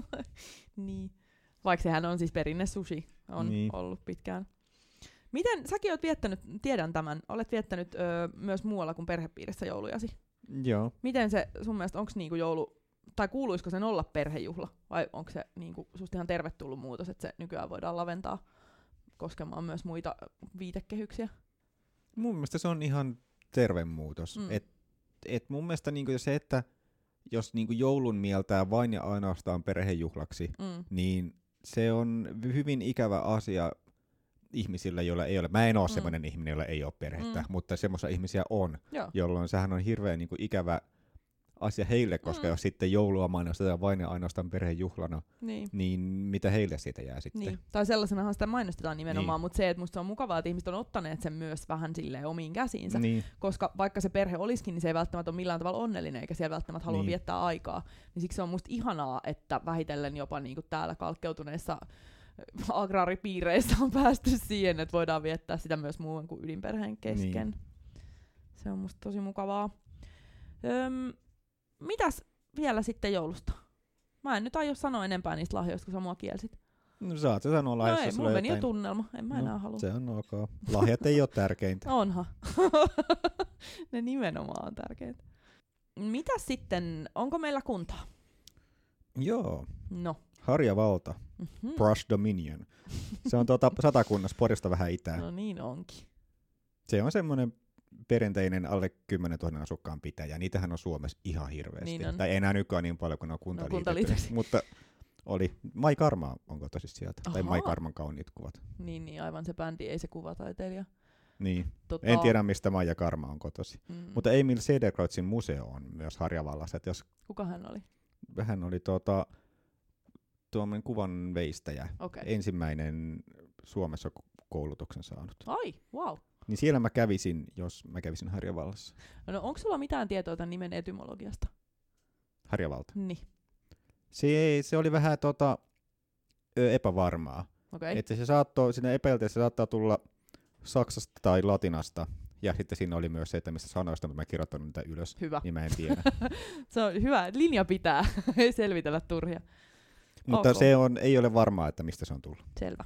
B: niin. Vaikka sehän on siis perinne sushi. On niin. ollut pitkään. Miten, säkin olet viettänyt, tiedän tämän, olet viettänyt öö, myös muualla kuin perhepiirissä joulujasi.
C: Joo.
B: Miten se sun mielestä, onko niinku joulu, tai kuuluisiko sen olla perhejuhla, vai onko se niinku susta ihan tervetullut muutos, että se nykyään voidaan laventaa koskemaan myös muita viitekehyksiä?
C: Mun mielestä se on ihan terve muutos. Mm. Et, et mun mielestä niinku se, että jos niinku joulun mieltää vain ja ainoastaan perhejuhlaksi, mm. niin se on hyvin ikävä asia ihmisillä, joilla ei ole. Mä en ole mm. semmoinen ihminen, jolla ei ole perhettä, mm. mutta semmoisia ihmisiä on, Joo. jolloin sehän on hirveän niin kuin ikävä asia heille, koska mm. jos sitten joulua mainostetaan vain ja ainoastaan perhejuhlana, niin. niin mitä heille siitä jää sitten?
B: Niin. Tai sellaisenahan sitä mainostetaan nimenomaan, niin. mutta se, että musta on mukavaa, että ihmiset on ottaneet sen myös vähän silleen omiin käsiinsä, niin. koska vaikka se perhe olisikin, niin se ei välttämättä ole millään tavalla onnellinen, eikä siellä välttämättä halua niin. viettää aikaa. Niin siksi se on musta ihanaa, että vähitellen jopa niinku täällä kalkkeutuneissa agraaripiireissä on päästy siihen, että voidaan viettää sitä myös muun kuin ydinperheen kesken. Niin. Se on musta tosi mukavaa. Öm, mitäs vielä sitten joulusta? Mä en nyt aio sanoa enempää niistä lahjoista, kun sä mua kielsit.
C: No saat sä sanoa
B: No
C: lahjassa
B: ei,
C: sulle
B: mulla meni jo
C: jotain.
B: tunnelma. En mä
C: No,
B: enää halua.
C: Se on ok. Lahjat ei ole tärkeintä.
B: Onhan. Ne nimenomaan on tärkeintä. Mitä sitten? Onko meillä kuntaa?
C: Joo.
B: No.
C: Harjavalta.
B: Mm-hmm.
C: Brush Dominion. Se on tuota Satakunnassa Porista vähän itään.
B: No niin onkin.
C: Se on semmoinen perinteinen alle kymmenen tuhatta asukkaan pitäjä. Niitähän on Suomessa ihan hirveästi.
B: Niin on.
C: Tai ei enää nykyään niin paljon, kun ne on kuntaliitetty.
B: No, kuntaliitetty.
C: Mutta oli. Mai Karma on kotoisin sieltä.
B: Ahaa.
C: Tai Mai Karman kauniit kuvat.
B: Niin, niin, aivan se bändi, ei se kuvataiteilija.
C: Niin.
B: Tota...
C: En tiedä, mistä Maija Karma on kotoisin.
B: Mm.
C: Mutta Emil Cederkreuzin museo on myös Harjavallassa. Että jos
B: Kuka hän oli?
C: hän oli tuota, tuommoinen kuvan veistäjä.
B: Okay.
C: Ensimmäinen Suomessa koulutuksen saanut.
B: Ai, wow.
C: Niin siellä mä kävisin, jos mä kävisin Harjavallassa.
B: No onko sulla mitään tietoa tämän nimen etymologiasta?
C: Harjavalta.
B: Niin.
C: Se, se oli vähän tota, ö, epävarmaa.
B: Okay.
C: Että se saattoi, siinä epäiltiin, se saattaa tulla saksasta tai latinasta. Ja sitten siinä oli myös se, että mistä sanoista mä kirjoittanut niitä ylös.
B: Hyvä.
C: Niin mä en tiedä.
B: Se on hyvä. Linja pitää. Ei selvitellä turhia.
C: Mutta
B: Okay.
C: se on, ei ole varmaa, että mistä se on tullut.
B: Selvä.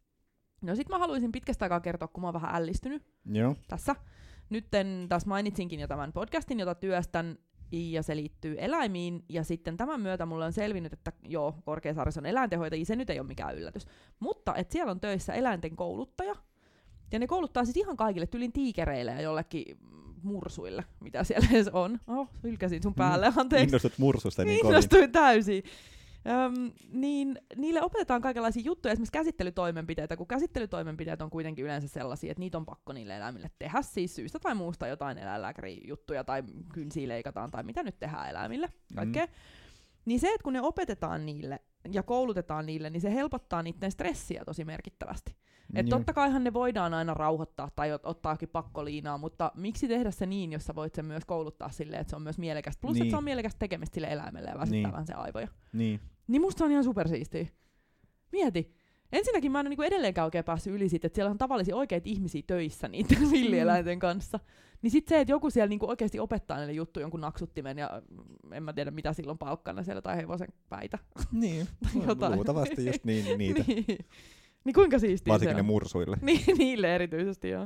B: No sit mä haluaisin pitkästä aikaa kertoa, kun mä oon vähän ällistynyt
C: Joo.
B: tässä. Nytten taas mainitsinkin jo tämän podcastin, jota työstän, ja se liittyy eläimiin, ja sitten tämän myötä mulle on selvinnyt, että joo, Korkeasaaressa on eläintenhoitaja, se nyt ei ole mikään yllätys. Mutta että siellä on töissä eläinten kouluttaja, ja ne kouluttaa siis ihan kaikille, tyylin tiikereille ja jollekin mursuille, mitä siellä edes on. Oh, hylkäsin sun päälle, anteeksi.
C: Innostut mursusta niin kovin.
B: Innostuin täysin. Öm, niin niille opetetaan kaikenlaisia juttuja, esimerkiksi käsittelytoimenpiteitä, kun käsittelytoimenpiteet on kuitenkin yleensä sellaisia, että niitä on pakko niille eläimille tehdä, siis syystä tai muusta jotain eläinlääkärijuttuja tai kynsiä leikataan tai mitä nyt tehdään eläimille, kaikkea. Mm. Niin se, että kun ne opetetaan niille ja koulutetaan niille, niin se helpottaa niiden stressiä tosi merkittävästi. Että totta kaihan ne voidaan aina rauhoittaa tai ot- ottaakin pakkoliinaa, mutta miksi tehdä se niin, jos sä voit sen myös kouluttaa silleen, että se on myös mielekästä. Plus, niin. että se on mielekästä tekemistä sille eläimelle ja väsyttää niin. vähän se aivoja.
C: Niin.
B: Niin musta se on ihan supersiistiä. Mieti. Ensinnäkin mä en ole niinku edelleenkään oikein päässyt yli siitä, että siellä on tavallisia oikeita ihmisiä töissä niiden villieläinten kanssa. Niin sit se, että joku siellä niinku oikeasti opettaa niille juttu jonkun naksuttimen ja en mä tiedä mitä silloin palkkana siellä tai hevosen päitä.
C: Niin,
B: jotain.
C: luultavasti just niin, niitä.
B: niin. Niin kuinka siistiä
C: varsinkin
B: se on?
C: ne mursuille.
B: Niin, niille erityisesti, joo.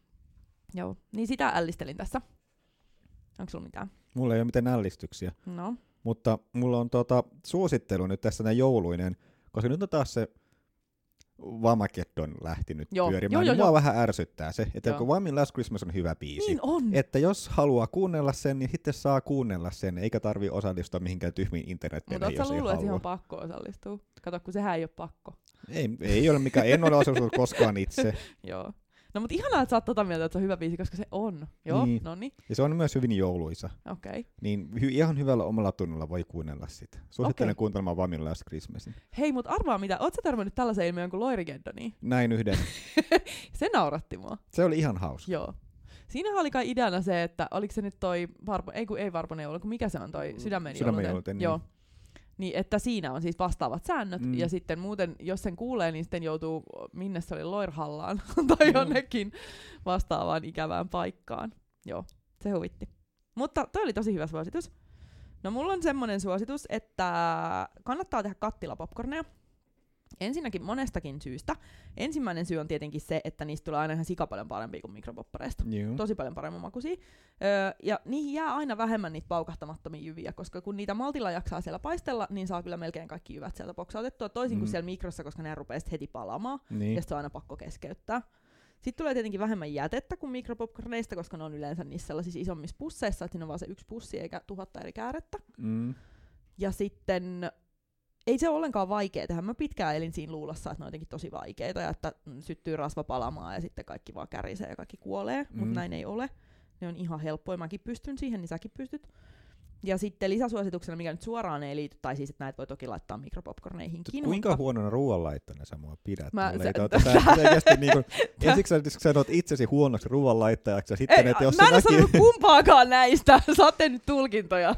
B: Joo, niin sitä ällistelin tässä. Onko sulla mitään?
C: Mulla ei ole mitään ällistyksiä.
B: No.
C: Mutta mulla on tota suosittelu nyt tässä näin jouluinen, koska nyt on taas se Vamageddon lähti nyt
B: joo.
C: pyörimään,
B: joo,
C: niin
B: joo,
C: mua
B: joo.
C: vähän ärsyttää se, että
B: Joo.
C: kun One Min Last Christmas on hyvä biisi,
B: Niin on.
C: että jos haluaa kuunnella sen, niin sitten saa kuunnella sen, eikä tarvii osallistua mihinkään tyhmiin internetteihin,
B: Mutta
C: jos
B: ootko
C: ei
B: luullut, että siihen
C: halua.
B: on pakko osallistua? Kato, kun sehän ei ole pakko.
C: Ei, ei ole mikään, en ole osallistunut koskaan itse.
B: Joo. No mut ihanaa, että sä oot tota mieltä, että se on hyvä biisi, koska se on. Joo,
C: Niin.
B: no niin.
C: Ja se on myös hyvin jouluisa.
B: Okei. Okay.
C: Niin hy- ihan hyvällä omalla tunnolla voi kuunnella sitä. Suosittelen
B: Okei.
C: kuuntelemaan One Min Last Christmasin.
B: Hei, mut arvaa mitä, oot sä törmännyt tällaiseen ilmiöön kuin Loirigeddoniin?
C: Näin yhden.
B: Se nauratti mua.
C: Se oli ihan hauska.
B: Joo. Siinähän oli kai ideana se, että oliko se nyt toi, varpo, ei kun ei varponeuvolo, kun mikä se on toi sydämen
C: Sydämen
B: jouluten?
C: jouluten, niin.
B: Joo. Niin, että siinä on siis vastaavat säännöt,
C: Mm.
B: ja sitten muuten, jos sen kuulee, niin sitten joutuu, minne se oli, Loirhallaan, tai
C: Joo.
B: jonnekin vastaavaan ikävään paikkaan. Joo, se huvitti. Mutta toi oli tosi hyvä suositus. No mulla on semmonen suositus, että kannattaa tehdä kattilapopcorneja. Ensinnäkin monestakin syystä. Ensimmäinen syy on tietenkin se, että niistä tulee aina ihan sikapaljon parempia kuin mikropoppareista.
C: Joo.
B: Tosi paljon paremman makuisia. Öö, ja niihin jää aina vähemmän niitä paukahtamattomia jyviä, koska kun niitä maltilla jaksaa siellä paistella, niin saa kyllä melkein kaikki jyvät sieltä boksautettua. Toisin mm. kuin siellä mikrossa, koska ne rupeaa heti palaamaan,
C: Niin.
B: ja se on aina pakko keskeyttää. Sitten tulee tietenkin vähemmän jätettä kuin mikropopcorneista, koska ne on yleensä niissä sellaisissa isommissa pusseissa, että siinä on vaan se yksi pussi eikä tuhatta eri käärettä.
C: Mm.
B: Ja sitten ei se ole ollenkaan vaikea tehdä. Mä pitkään elin siinä luulossa, että ne on jotenkin tosi vaikeita ja että syttyy rasva palamaan ja sitten kaikki vaan kärisee ja kaikki kuolee, mm. mutta näin ei ole. Ne on ihan helppoja. Mäkin pystyn siihen, niin säkin pystyt. Ja sitten lisäsuosituksena, mikä nyt suoraan ei liity, tai siis, että näitä voi toki laittaa mikropopcorneihinkin.
C: Kuinka
B: mutta
C: huonona ruoanlaittajana sä mua pidät?
B: Mä-
C: Mä,
B: sä-
C: tuota, sä, sä oikeasti niinku, ensiksi sä sanot itsesi huonoksi ruoanlaittajaksi, ja sitten,
B: ei,
C: että jos
B: mä
C: se
B: en ole
C: näkyy...
B: sanonut kumpaakaan näistä. Saatte nyt tulkintoja.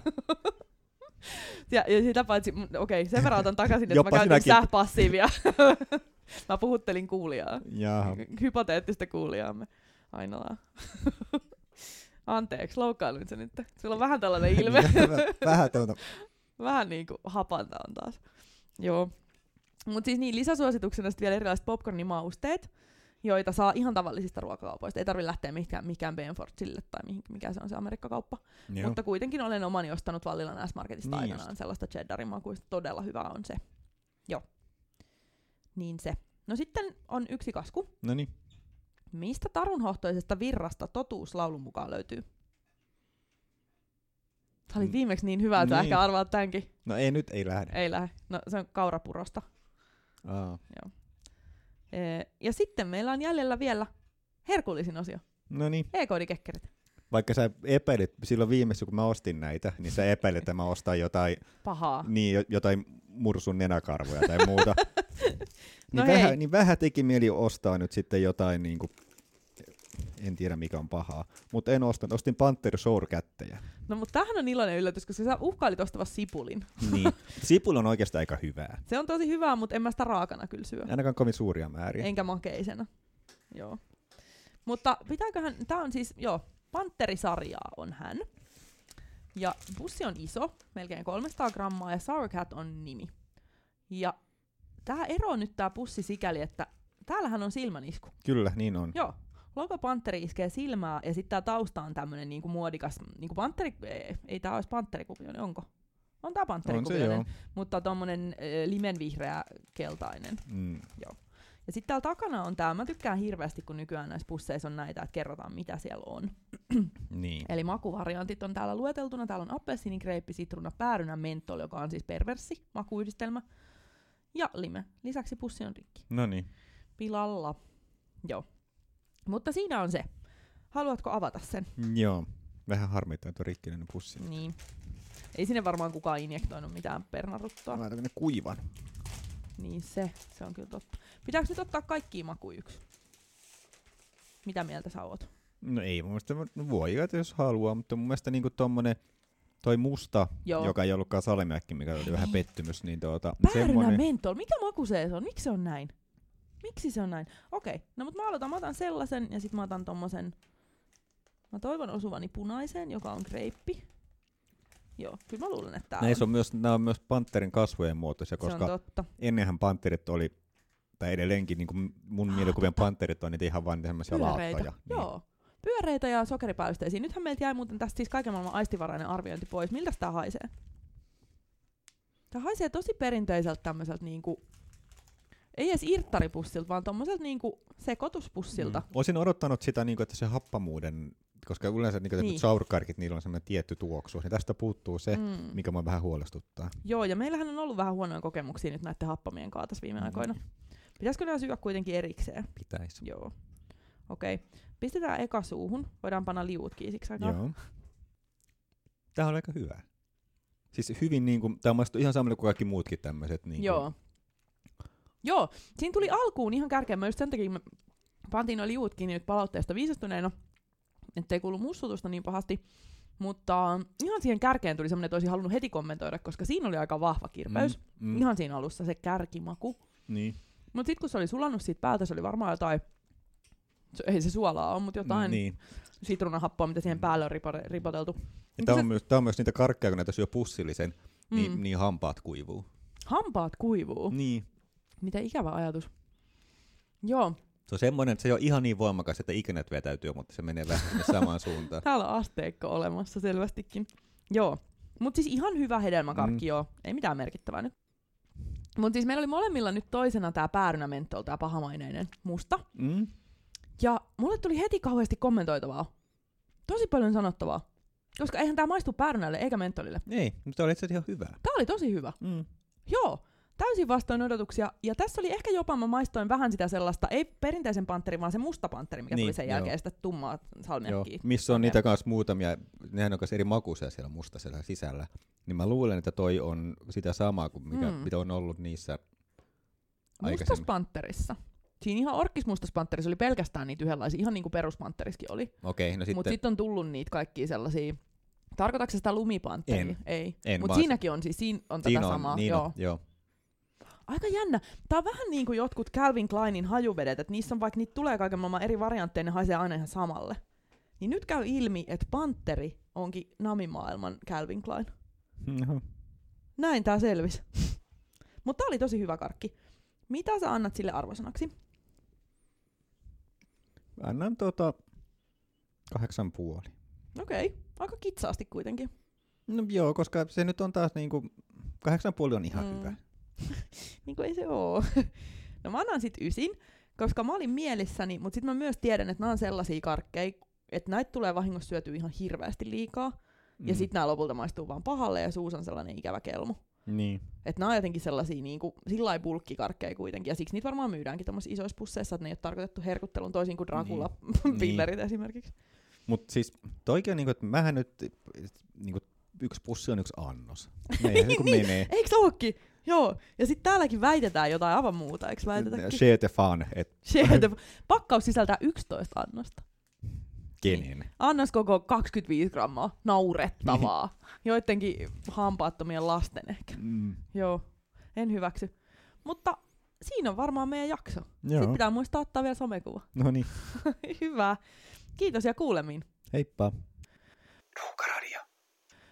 B: Ja, ja sitä paitsi, mm, okei, sen verran otan takaisin, että
C: Jopa
B: mä käytin
C: sinäkin.
B: sähpassiivia. Mä puhuttelin kuulijaa.
C: Jaha.
B: Hypoteettista kuulijaamme. Ainolaa. Anteeksi, loukkailun se nyt. Sulla on vähän tällainen ilme.
C: Vähän tuota.
B: Vähän niinku hapanta on taas. Joo. Mut siis niin, lisäsuosituksena sitten vielä erilaiset popcornimausteet, joita saa ihan tavallisista ruokakaupoista. Ei tarvitse lähteä mikään, mikään Benfordsille tai mikä se on se Amerikkakauppa. Joo. Mutta kuitenkin olen omani ostanut Vallilan S-Marketista niin aikanaan just. Sellaista cheddarin makuista. Todella hyvä on se. Joo. Niin se. No sitten on yksi kasku.
C: Noniin.
B: Mistä tarunhohtoisesta virrasta totuus laulun mukaan löytyy? Tämä oli viimeksi niin hyvä, että niin. Ehkä arvaat tämänkin.
C: No ei nyt, ei lähde.
B: Ei lähde. No se on kaurapurosta.
C: Aa.
B: Joo. E, ja sitten meillä on jäljellä vielä herkullisin osio.
C: No niin.
B: E-koodikekkerit.
C: Vaikka sä epäilit, silloin viimeisessä kun mä ostin näitä, niin sä epäilit, että mä ostan jotain,
B: pahaa.
C: Niin, jotain mursun nenäkarvoja tai muuta.
B: No
C: niin, vähän, niin vähän teki mieli ostaa nyt sitten jotain, niin kuin, en tiedä mikä on pahaa, mutta en ostanut. Ostin Panther Sour-kättejä.
B: No mutta tämähän on iloinen yllätys, koska sä uhkailit ostava sipulin.
C: Niin, sipuli on oikeastaan aika hyvää.
B: Se on tosi hyvää, mutta en mä sitä raakana kyllä syö.
C: Ainakaan kovin suuria määriä.
B: Enkä makeisena. Joo. Mutta pitääköhän, tää on siis, joo, Panterisarjaa on hän. Ja pussi on iso, melkein kolmesataa grammaa, ja Sour Cat on nimi. Ja tää ero nyt tää pussi sikäli, että täällähän on silmänisku.
C: Kyllä, niin on.
B: Joo. Logo Panteri iskee silmää, ja sitten tää tausta on tämmönen niinku muodikas, niinku Panteri, ei, ei tää ois Panterikuvioinen, onko? On tää Panterikuvioinen, mutta tommonen äh, limenvihreä keltainen.
C: Mm.
B: Joo. Ja sitten täällä takana on tää, mä tykkään hirveästi, kun nykyään näissä pusseissa on näitä, että kerrotaan mitä siellä on.
C: Niin.
B: Eli makuvariantit on täällä lueteltuna, täällä on appelsiini, greippi, sitruna, päärynä, mentol, joka on siis perverssi, makuyhdistelmä, ja lime. Lisäksi pussi on rikki.
C: No niin.
B: Pilalla. Joo. Mutta siinä on se. Haluatko avata sen?
C: Joo. Vähän harmittaa tuo rikkinen pussi.
B: Niin. Ei sinne varmaan kukaan injektoinut mitään pernaruttoa.
C: Laitanko ne kuivan?
B: Niin se, se on kyllä totta. Pitääkö nyt ottaa kaikkiin makuja yksi? Mitä mieltä sä oot?
C: No ei mun mielestä, no voi jos haluaa, mutta mun mielestä niinku tommonen, toi musta, Joo. joka ei ollutkaan salmiakki, mikä oli vähän pettymys, niin tuota...
B: Päärynä
C: semmonen...
B: mentol, mikä maku se on? Miksi se on näin? Miksi se on näin? Okei, no mut mä aloitan, mä otan sellaisen ja sit mä otan tommosen, mä toivon osuvani punaisen, joka on greippi. Joo, kyllä mä luulen, että tää on.
C: on myös, nää on myös panterin kasvojen muotoisia, koska ennenhän panterit oli, tai edelleenkin niin kuin mun mielikuvien panterit on niitä ihan vain tämmöisiä laattoja. Niin.
B: Joo, pyöreitä ja sokeripäällysteisiä. Nythän meiltä jäi muuten tästä siis kaiken maailman aistivarainen arviointi pois. Miltäs tää haisee? Tää haisee tosi perinteiseltä tämmöiseltä niinku, ei edes irttaripussilta, vaan tommoselta niinku sekoituspussilta.
C: Mm. Olisin odottanut sitä, niinku, että se happamuuden, koska yleensä niinku, niin. sourkarkit, niillä on semmoinen tietty tuoksu, niin tästä puuttuu se, mm. mikä mua vähän huolestuttaa.
B: Joo, ja meillähän on ollut vähän huonoja kokemuksia nyt näiden happamien kanssa tässä viime mm. aikoina. Pitäisikö nämä syödä kuitenkin erikseen?
C: Pitäisi.
B: Joo. Okei. Okay. Pistetään eka suuhun. Voidaan panna liuut kiisiksi aikaa.
C: Joo. Tää on aika hyvä. Siis hyvin niinku, tää on maistuu ihan samalla kuin kaikki muutkin tämmöiset. Niinku.
B: Joo. Joo. Siinä tuli alkuun ihan kärkeen. Mä just sen takia me pantiin nuo liuut kiinni nyt palautteesta viisastuneena, ettei kuulu mussutusta niin pahasti. Mutta ihan siihen kärkeen tuli semmoinen, että olisin halunnut heti kommentoida, koska siinä oli aika vahva kirpeys. Mm, mm. Ihan siinä alussa se kärkimaku.
C: Niin.
B: Mutta sitten kun se oli sulannut siitä päältä, se oli varmaan jotain, ei se suolaa ole, mutta jotain
C: niin.
B: sitruunahappoa, mitä siihen päälle on ripo- ripoteltu.
C: Tämä on, se... myös, on myös niitä karkkeja, kun näitä syö pussillisen, mm. niin, niin hampaat kuivuu.
B: Hampaat kuivuu?
C: Niin.
B: Mitä ikävä ajatus. Joo.
C: Se on semmoinen, että se ei ole ihan niin voimakas, että ikinät vetäytyy, mutta se menee vähän samaan suuntaan.
B: Täällä on asteikko olemassa selvästikin. Joo. Mutta siis ihan hyvä hedelmäkarkki, mm. joo. Ei mitään merkittävää nyt. Mutta siis meillä oli molemmilla nyt toisena tää päärynä mentol, tää pahamaineinen musta.
C: Mm.
B: Ja mulle tuli heti kauheasti kommentoitavaa. Tosi paljon sanottavaa. Koska eihän tää maistu päärynälle eikä mentolille.
C: Ei, mutta tää oli itse asiassa ihan hyvä.
B: Tää oli tosi hyvä.
C: Mm.
B: Joo. Täysin vastoin odotuksia. Ja tässä oli ehkä jopa, mä maistoin vähän sitä sellaista, ei perinteisen panterin, vaan se musta panteri, mikä niin, tuli sen joo. jälkeen sitä tummaa salmiakkiä.
C: Missä on niitä kanssa muutamia, nehän on kanssa eri makuisia siellä mustasella sisällä. Niin mä luulen, että toi on sitä samaa kuin mikä, mm. mitä on ollut niissä aikaisemmin.
B: Mustaspanterissa. Siinä ihan orkkismustaspanterissa oli pelkästään niitä yhdenlaisia, ihan niin kuin peruspanterissakin oli.
C: Okei, no sitten.
B: Mutta sitten on tullut niitä kaikkia sellaisia. Tarkoitatko sitä lumipanteria?
C: En.
B: Ei.
C: En
B: mutta siinäkin on, siis siinä on
C: siinä
B: tätä
C: on,
B: samaa.
C: Niin
B: joo.
C: On, joo.
B: Aika jännä. Tää on vähän niin kuin jotkut Calvin Kleinin hajuvedet, että niissä on vaikka niitä tulee kaiken maailman eri variantteja, ne haisee aina ihan samalle. Niin nyt käy ilmi, että Panteri onkin namimaailman Calvin Klein.
C: Mm-hmm.
B: Näin tää selvisi. Mutta tää oli tosi hyvä karkki. Mitä sä annat sille arvosanaksi?
C: Annan tota kahdeksan puoli.
B: Okei, okay. Aika kitsaasti kuitenkin.
C: No joo, koska se nyt on taas niinku, kahdeksan puoli on ihan mm. hyvä.
B: Niinku ei se oo. No mä annan sit ysin, koska mä olin mielissäni, mutta sit mä myös tiedän, että nämä on sellaisia karkkeja, että näitä tulee vahingossa syötyä ihan hirveästi liikaa. Mm. Ja sit nää lopulta maistuu vaan pahalle ja suus on sellainen ikävä kelmu. Niin. Että nää on jotenkin sellaisia niinku, sillai bulkkikarkkeja kuitenkin, ja siksi niitä varmaan myydäänkin tommosissa isoissa pusseissa, että ne ei ole tarkoitettu herkuttelun toisin kuin Dracula-pillerit niin. Esimerkiksi.
C: Mut siis toikin on niinku, että mähän nyt, niinku, yksi pussi on yksi annos. Eihän se kun
B: niin,
C: menee.
B: Eiks ookin? Joo. Ja sit täälläkin väitetään jotain aivan muuta, eiks väitetäkin?
C: Share the fun. Et...
B: Share the... Pakkaus sisältää yksitoista annosta.
C: Kenen?
B: Annos koko kaksikymmentäviisi grammaa. Naurettavaa. Joidenkin hampaattomien lasten ehkä. Mm. Joo, en hyväksy. Mutta siinä on varmaan meidän jakso. Joo. Sitten pitää muistaa ottaa vielä somekuva.
C: No niin.
B: Hyvä. Kiitos ja kuulemiin.
C: Heippa.
A: Ruukaradio.